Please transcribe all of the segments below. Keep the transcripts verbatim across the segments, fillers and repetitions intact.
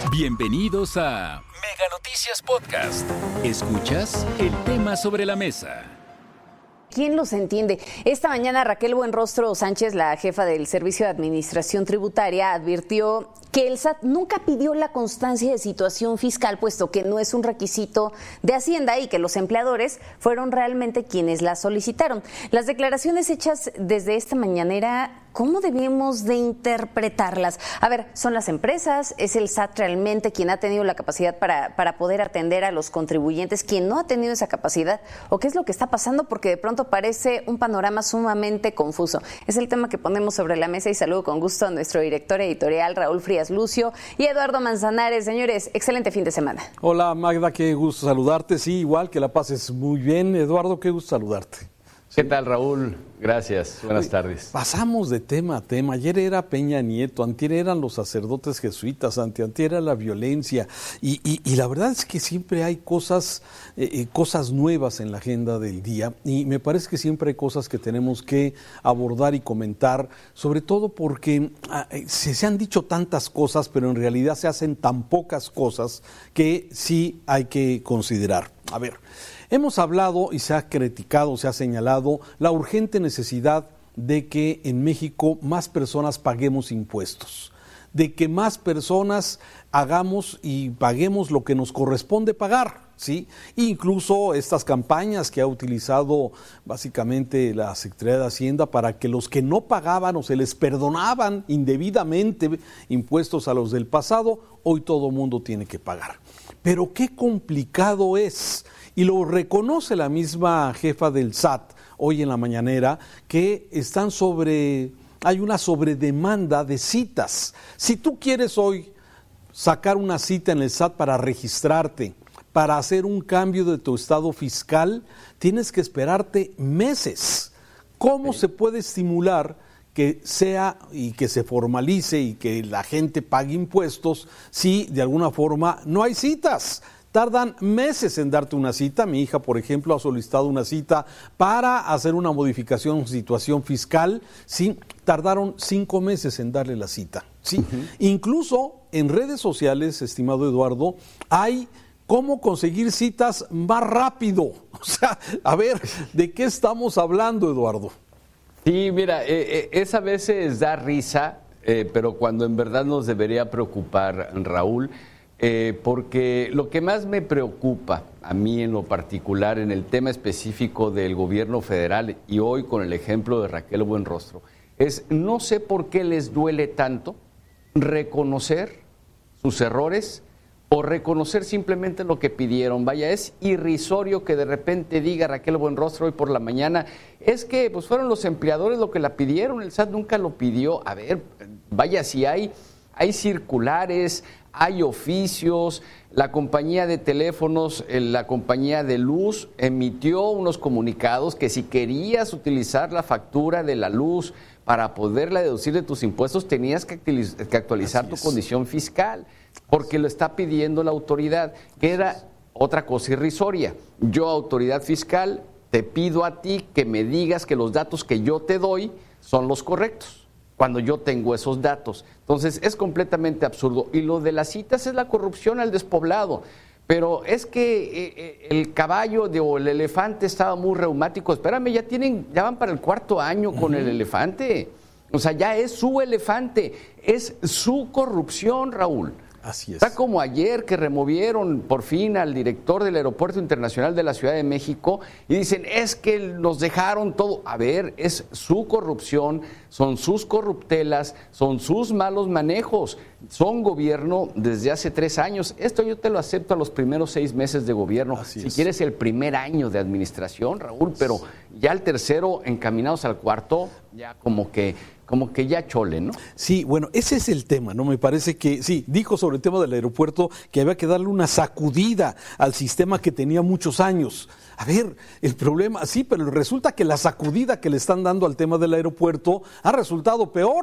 Bienvenidos a Mega Noticias Podcast. Escuchas el tema sobre la mesa. ¿Quién los entiende? Esta mañana Raquel Buenrostro Sánchez, la jefa del Servicio de Administración Tributaria, advirtió que el S A T nunca pidió la constancia de situación fiscal, puesto que no es un requisito de Hacienda y que los empleadores fueron realmente quienes la solicitaron. Las declaraciones hechas desde esta mañanera, ¿cómo debemos de interpretarlas? A ver, ¿son las empresas? ¿Es el S A T realmente quien ha tenido la capacidad para, para poder atender a los contribuyentes, quien no ha tenido esa capacidad? ¿O qué es lo que está pasando? Porque de pronto parece un panorama sumamente confuso. Es el tema que ponemos sobre la mesa y saludo con gusto a nuestro director editorial, Raúl Frías Lucio, y Eduardo Manzanares. Señores, excelente fin de semana. Hola Magda, qué gusto saludarte. Sí, igual, que la pases muy bien. Eduardo, qué gusto saludarte. ¿Qué tal, Raúl? Gracias. Buenas Oye, tardes. Pasamos de tema a tema. Ayer era Peña Nieto, antier eran los sacerdotes jesuitas, anteantier era la violencia. Y, y, y la verdad es que siempre hay cosas, eh, cosas nuevas en la agenda del día. Y me parece que siempre hay cosas que tenemos que abordar y comentar, sobre todo porque eh, se, se han dicho tantas cosas, pero en realidad se hacen tan pocas cosas que sí hay que considerar. A ver, hemos hablado y se ha criticado, se ha señalado la urgente necesidad de que en México más personas paguemos impuestos, de que más personas hagamos y paguemos lo que nos corresponde pagar, ¿sí? Incluso estas campañas que ha utilizado básicamente la Secretaría de Hacienda para que los que no pagaban o se les perdonaban indebidamente impuestos a los del pasado, hoy todo mundo tiene que pagar. Pero qué complicado es. Y lo reconoce la misma jefa del S A T hoy en la mañanera, que están sobre, hay una sobredemanda de citas. Si tú quieres hoy sacar una cita en el S A T para registrarte, para hacer un cambio de tu estado fiscal, tienes que esperarte meses. ¿Cómo sí. se puede estimular que sea y que se formalice y que la gente pague impuestos si de alguna forma no hay citas? Tardan meses en darte una cita. Mi hija, por ejemplo, ha solicitado una cita para hacer una modificación en situación fiscal. Sí, tardaron cinco meses en darle la cita. Sí, uh-huh. Incluso en redes sociales, estimado Eduardo, hay cómo conseguir citas más rápido. O sea, a ver, ¿de qué estamos hablando, Eduardo? Sí, mira, eh, eh, esa a veces da risa, eh, pero cuando en verdad nos debería preocupar, Raúl, Eh, porque lo que más me preocupa a mí en lo particular en el tema específico del gobierno federal y hoy con el ejemplo de Raquel Buenrostro es no sé por qué les duele tanto reconocer sus errores o reconocer simplemente lo que pidieron. Vaya, es irrisorio que de repente diga Raquel Buenrostro hoy por la mañana, es que pues fueron los empleadores lo que la pidieron, el S A T nunca lo pidió. A ver, vaya, si hay, hay circulares, hay oficios, la compañía de teléfonos, la compañía de luz emitió unos comunicados que si querías utilizar la factura de la luz para poderla deducir de tus impuestos tenías que actualizar tu condición fiscal, porque lo está pidiendo la autoridad, que era otra cosa irrisoria. Yo, autoridad fiscal, te pido a ti que me digas que los datos que yo te doy son los correctos, cuando yo tengo esos datos. Entonces, es completamente absurdo. Y lo de las citas es la corrupción al despoblado. Pero es que eh, el caballo de, o el elefante estaba muy reumático. Espérame, ya tienen, ya van para el cuarto año con uh-huh. el elefante. O sea, ya es su elefante, es su corrupción, Raúl. Así es. Está como ayer que removieron por fin al director del Aeropuerto Internacional de la Ciudad de México y dicen, es que nos dejaron todo. A ver, es su corrupción, son sus corruptelas, son sus malos manejos. Son gobierno desde hace tres años. Esto yo te lo acepto a los primeros seis meses de gobierno. Así si es. Quieres el primer año de administración, Raúl, pero ya el tercero, encaminados al cuarto, ya como que... como que ya chole, ¿no? Sí, bueno, ese es el tema, ¿no? Me parece que, sí, dijo sobre el tema del aeropuerto que había que darle una sacudida al sistema que tenía muchos años. A ver, el problema, sí, pero resulta que la sacudida que le están dando al tema del aeropuerto ha resultado peor.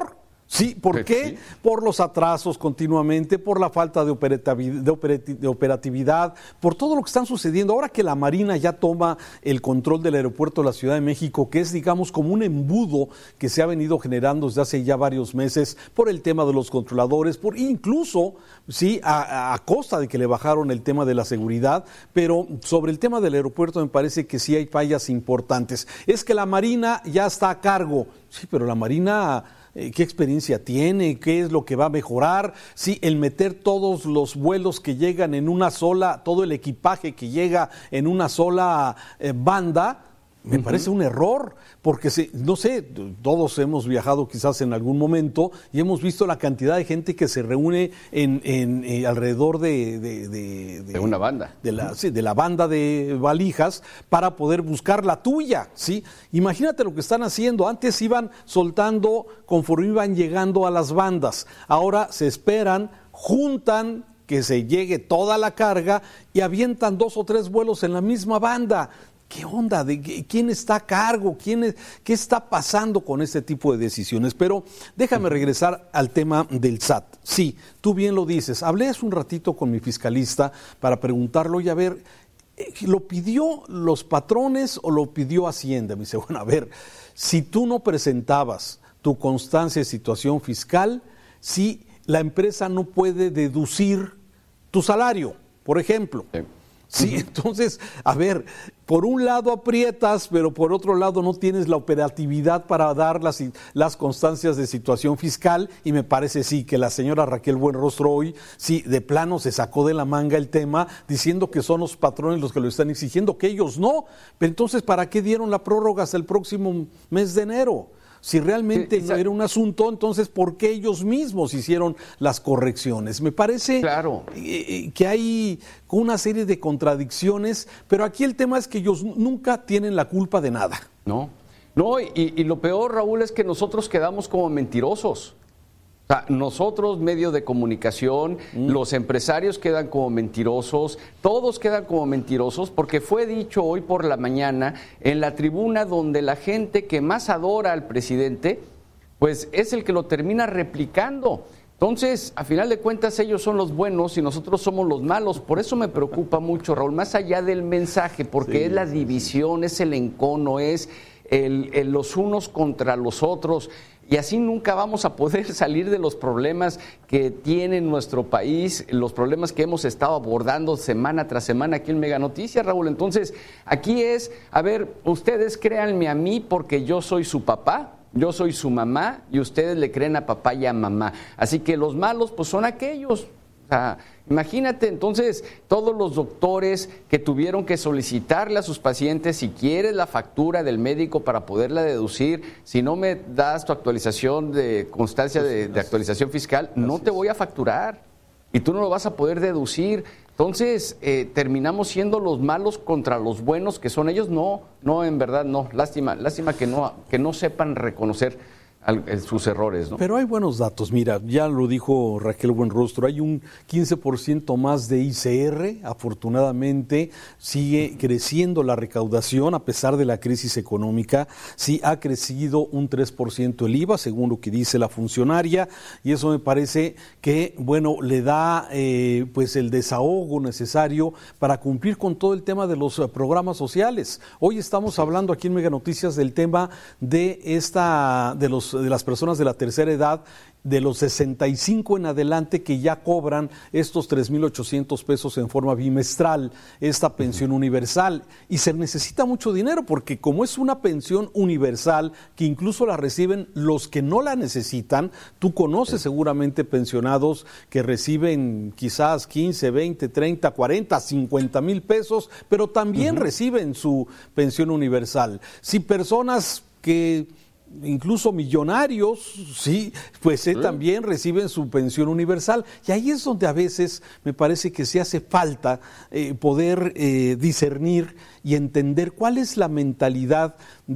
Sí, ¿por qué? Sí. Por los atrasos continuamente, por la falta de operatividad, de, operati de operatividad, por todo lo que están sucediendo. Ahora que la Marina ya toma el control del aeropuerto de la Ciudad de México, que es, digamos, como un embudo que se ha venido generando desde hace ya varios meses por el tema de los controladores, por incluso, sí, a, a costa de que le bajaron el tema de la seguridad, pero sobre el tema del aeropuerto me parece que sí hay fallas importantes. Es que la Marina ya está a cargo, sí, pero la Marina... ¿Qué experiencia tiene? ¿Qué es lo que va a mejorar? Sí, el meter todos los vuelos que llegan en una sola, todo el equipaje que llega en una sola eh, banda, me uh-huh. parece un error, porque se, no sé, todos hemos viajado quizás en algún momento y hemos visto la cantidad de gente que se reúne en, en eh, alrededor de, de, de, de, de una banda, de la, sí, de la banda de valijas para poder buscar la tuya, ¿sí? Imagínate lo que están haciendo. Antes iban soltando conforme iban llegando a las bandas. Ahora se esperan, juntan que se llegue toda la carga y avientan dos o tres vuelos en la misma banda. ¿Qué onda? ¿De quién está a cargo? ¿Quién es, ¿Qué está pasando con este tipo de decisiones? Pero déjame regresar al tema del S A T. Sí, tú bien lo dices. Hablé hace un ratito con mi fiscalista para preguntarlo y a ver, ¿lo pidió los patrones o lo pidió Hacienda? Me dice, bueno, a ver, si tú no presentabas tu constancia de situación fiscal, si la empresa no puede deducir tu salario, por ejemplo. Sí. Sí, entonces, a ver, por un lado aprietas, pero por otro lado no tienes la operatividad para dar las, las constancias de situación fiscal, y me parece sí que la señora Raquel Buenrostro hoy, sí, de plano se sacó de la manga el tema, diciendo que son los patrones los que lo están exigiendo, que ellos no. Pero entonces, ¿para qué dieron la prórroga hasta el próximo mes de enero? Si realmente no era un asunto, entonces ¿por qué ellos mismos hicieron las correcciones? Me parece claro. eh, que hay una serie de contradicciones, pero aquí el tema es que ellos nunca tienen la culpa de nada. No, no, y, y lo peor, Raúl, es que nosotros quedamos como mentirosos. O sea, nosotros, medios de comunicación, mm. los empresarios quedan como mentirosos, todos quedan como mentirosos, porque fue dicho hoy por la mañana en la tribuna donde la gente que más adora al presidente, pues es el que lo termina replicando. Entonces, a final de cuentas, ellos son los buenos y nosotros somos los malos. Por eso me preocupa mucho, Raúl, más allá del mensaje, porque sí, es la división, es el encono, es el, el los unos contra los otros. Y así nunca vamos a poder salir de los problemas que tiene nuestro país, los problemas que hemos estado abordando semana tras semana aquí en Mega Noticias, Raúl. Entonces, aquí es, a ver, ustedes créanme a mí porque yo soy su papá, yo soy su mamá y ustedes le creen a papá y a mamá. Así que los malos, pues son aquellos. O sea, imagínate entonces todos los doctores que tuvieron que solicitarle a sus pacientes si quieres la factura del médico para poderla deducir, si no me das tu actualización de constancia de, de actualización fiscal, no te voy a facturar y tú no lo vas a poder deducir. Entonces eh, terminamos siendo los malos contra los buenos que son ellos. No, no, en verdad no. Lástima, lástima que no, que no sepan reconocer sus errores, ¿no? Pero hay buenos datos, mira, ya lo dijo Raquel Buenrostro, hay un quince por ciento más de I C R, afortunadamente sigue creciendo la recaudación a pesar de la crisis económica, sí ha crecido un tres por ciento el I V A, según lo que dice la funcionaria, y eso me parece que, bueno, le da eh, pues el desahogo necesario para cumplir con todo el tema de los uh, programas sociales. Hoy estamos hablando aquí en Mega Noticias del tema de esta, de los de las personas de la tercera edad, de los sesenta y cinco en adelante que ya cobran estos tres mil ochocientos pesos en forma bimestral, esta pensión universal. Y se necesita mucho dinero porque como es una pensión universal que incluso la reciben los que no la necesitan, tú conoces seguramente pensionados que reciben quizás quince, veinte, treinta, cuarenta, cincuenta mil pesos, pero también uh-huh. reciben su pensión universal. Si personas que incluso millonarios, sí, pues eh, sí. también reciben su pensión universal. Y ahí es donde a veces me parece que se hace falta eh, poder eh, discernir y entender cuál es la mentalidad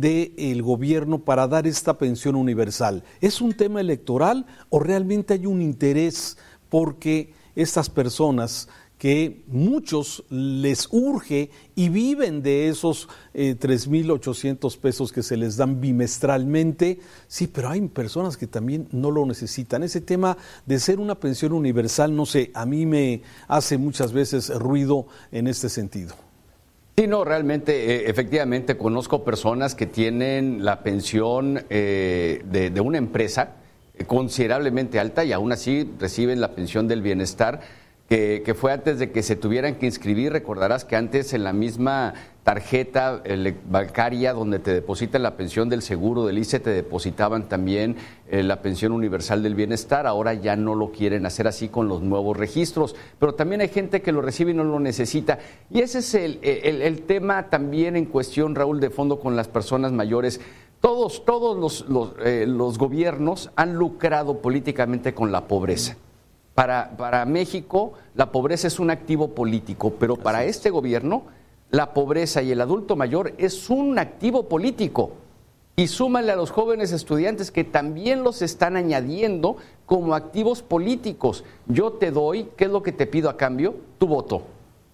del gobierno para dar esta pensión universal. ¿Es un tema electoral o realmente hay un interés porque estas personas que muchos les urge y viven de esos eh, tres mil ochocientos pesos que se les dan bimestralmente. Sí, pero hay personas que también no lo necesitan. Ese tema de ser una pensión universal, no sé, a mí me hace muchas veces ruido en este sentido. Sí, no, realmente, eh, efectivamente, conozco personas que tienen la pensión eh, de, de una empresa eh, considerablemente alta y aún así reciben la pensión del bienestar, que, que fue antes de que se tuvieran que inscribir. Recordarás que antes en la misma tarjeta eh, bancaria donde te depositan la pensión del seguro del I C E te depositaban también eh, la pensión universal del bienestar. Ahora ya no lo quieren hacer así con los nuevos registros, pero también hay gente que lo recibe y no lo necesita. Y ese es el, el, el tema también en cuestión, Raúl, de fondo con las personas mayores. Todos, todos los, los, eh, los gobiernos han lucrado políticamente con la pobreza. Para, para México la pobreza es un activo político, pero para este gobierno la pobreza y el adulto mayor es un activo político. Y súmale a los jóvenes estudiantes que también los están añadiendo como activos políticos. Yo te doy, ¿qué es lo que te pido a cambio? Tu voto.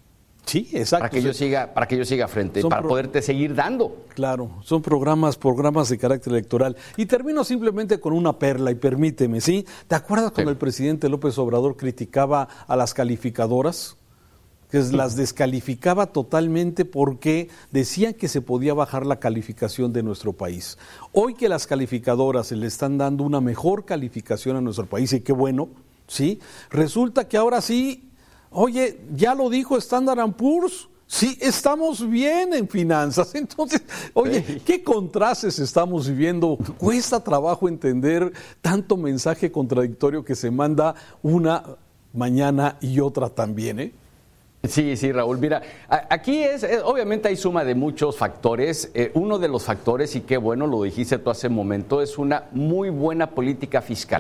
Sí, exacto. Para que yo siga, para que yo siga frente, son para pro... poderte seguir dando. Claro, son programas, programas de carácter electoral. Y termino simplemente con una perla, y permíteme, ¿sí? ¿Te acuerdas cuando sí. el presidente López Obrador criticaba a las calificadoras? Que las descalificaba totalmente porque decían que se podía bajar la calificación de nuestro país. Hoy que las calificadoras le están dando una mejor calificación a nuestro país, y qué bueno, ¿sí? Resulta que ahora sí... Oye, ya lo dijo Standard and Poor's, sí, estamos bien en finanzas. Entonces, oye, sí. ¿qué contrastes estamos viviendo? Cuesta trabajo entender tanto mensaje contradictorio que se manda una mañana y otra también, ¿eh? Sí, sí, Raúl. Mira, aquí es, es obviamente hay suma de muchos factores. Eh, uno de los factores, y qué bueno, lo dijiste tú hace un momento, es una muy buena política fiscal.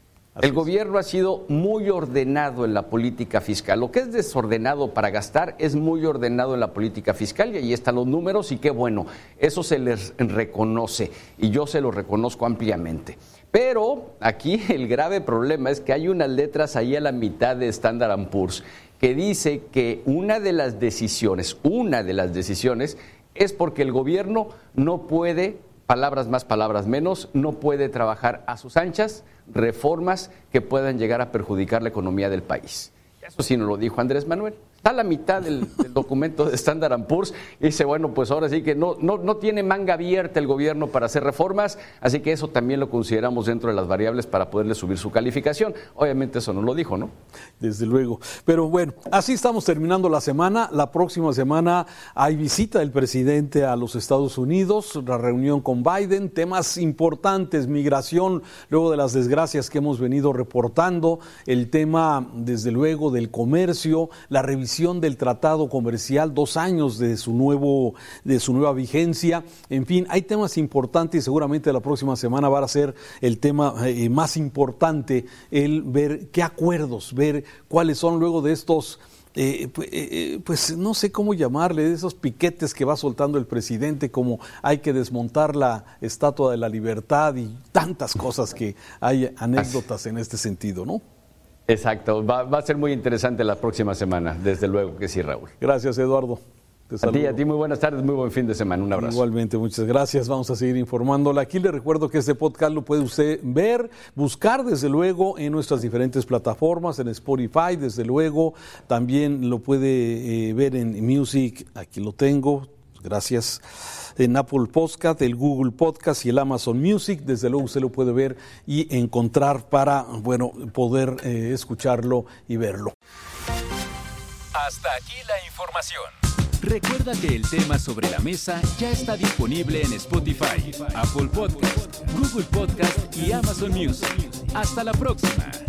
El gobierno ha sido muy ordenado en la política fiscal. Lo que es desordenado para gastar es muy ordenado en la política fiscal, y ahí están los números, y qué bueno, eso se les reconoce y yo se lo reconozco ampliamente. Pero aquí el grave problema es que hay unas letras ahí a la mitad de Standard and Poor's que dice que una de las decisiones, una de las decisiones es porque el gobierno no puede, palabras más, palabras menos, no puede trabajar a sus anchas reformas que puedan llegar a perjudicar la economía del país. Eso sí nos lo dijo Andrés Manuel. Está a la mitad del, del documento de Standard and Poor's y dice, bueno, pues ahora sí que no, no, no tiene manga abierta el gobierno para hacer reformas, así que eso también lo consideramos dentro de las variables para poderle subir su calificación. Obviamente eso no lo dijo, ¿no? Desde luego. Pero bueno, así estamos terminando la semana. La próxima semana hay visita del presidente a los Estados Unidos, la reunión con Biden, temas importantes, migración, luego de las desgracias que hemos venido reportando, el tema, desde luego, del comercio, la revisión del tratado comercial, dos años de su nuevo, de su nueva vigencia. En fin, hay temas importantes y seguramente la próxima semana va a ser el tema eh, más importante, el ver qué acuerdos, ver cuáles son luego de estos, eh, pues, eh, pues no sé cómo llamarle, de esos piquetes que va soltando el presidente, como hay que desmontar la Estatua de la Libertad y tantas cosas que hay anécdotas en este sentido, ¿no? Exacto, va, va a ser muy interesante la próxima semana, desde luego que sí, Raúl. Gracias, Eduardo. Te a ti, a ti, muy buenas tardes, muy buen fin de semana, un abrazo. Igualmente, muchas gracias, vamos a seguir informándola. Aquí le recuerdo que este podcast lo puede usted ver, buscar desde luego en nuestras diferentes plataformas, en Spotify, desde luego, también lo puede eh, ver en Music, aquí lo tengo, gracias, en Apple Podcast, el Google Podcast y el Amazon Music. Desde luego usted lo puede ver y encontrar para, bueno, poder eh, escucharlo y verlo. Hasta aquí la información. Recuerda que el tema sobre la mesa ya está disponible en Spotify, Apple Podcast, Google Podcast y Amazon Music. Hasta la próxima.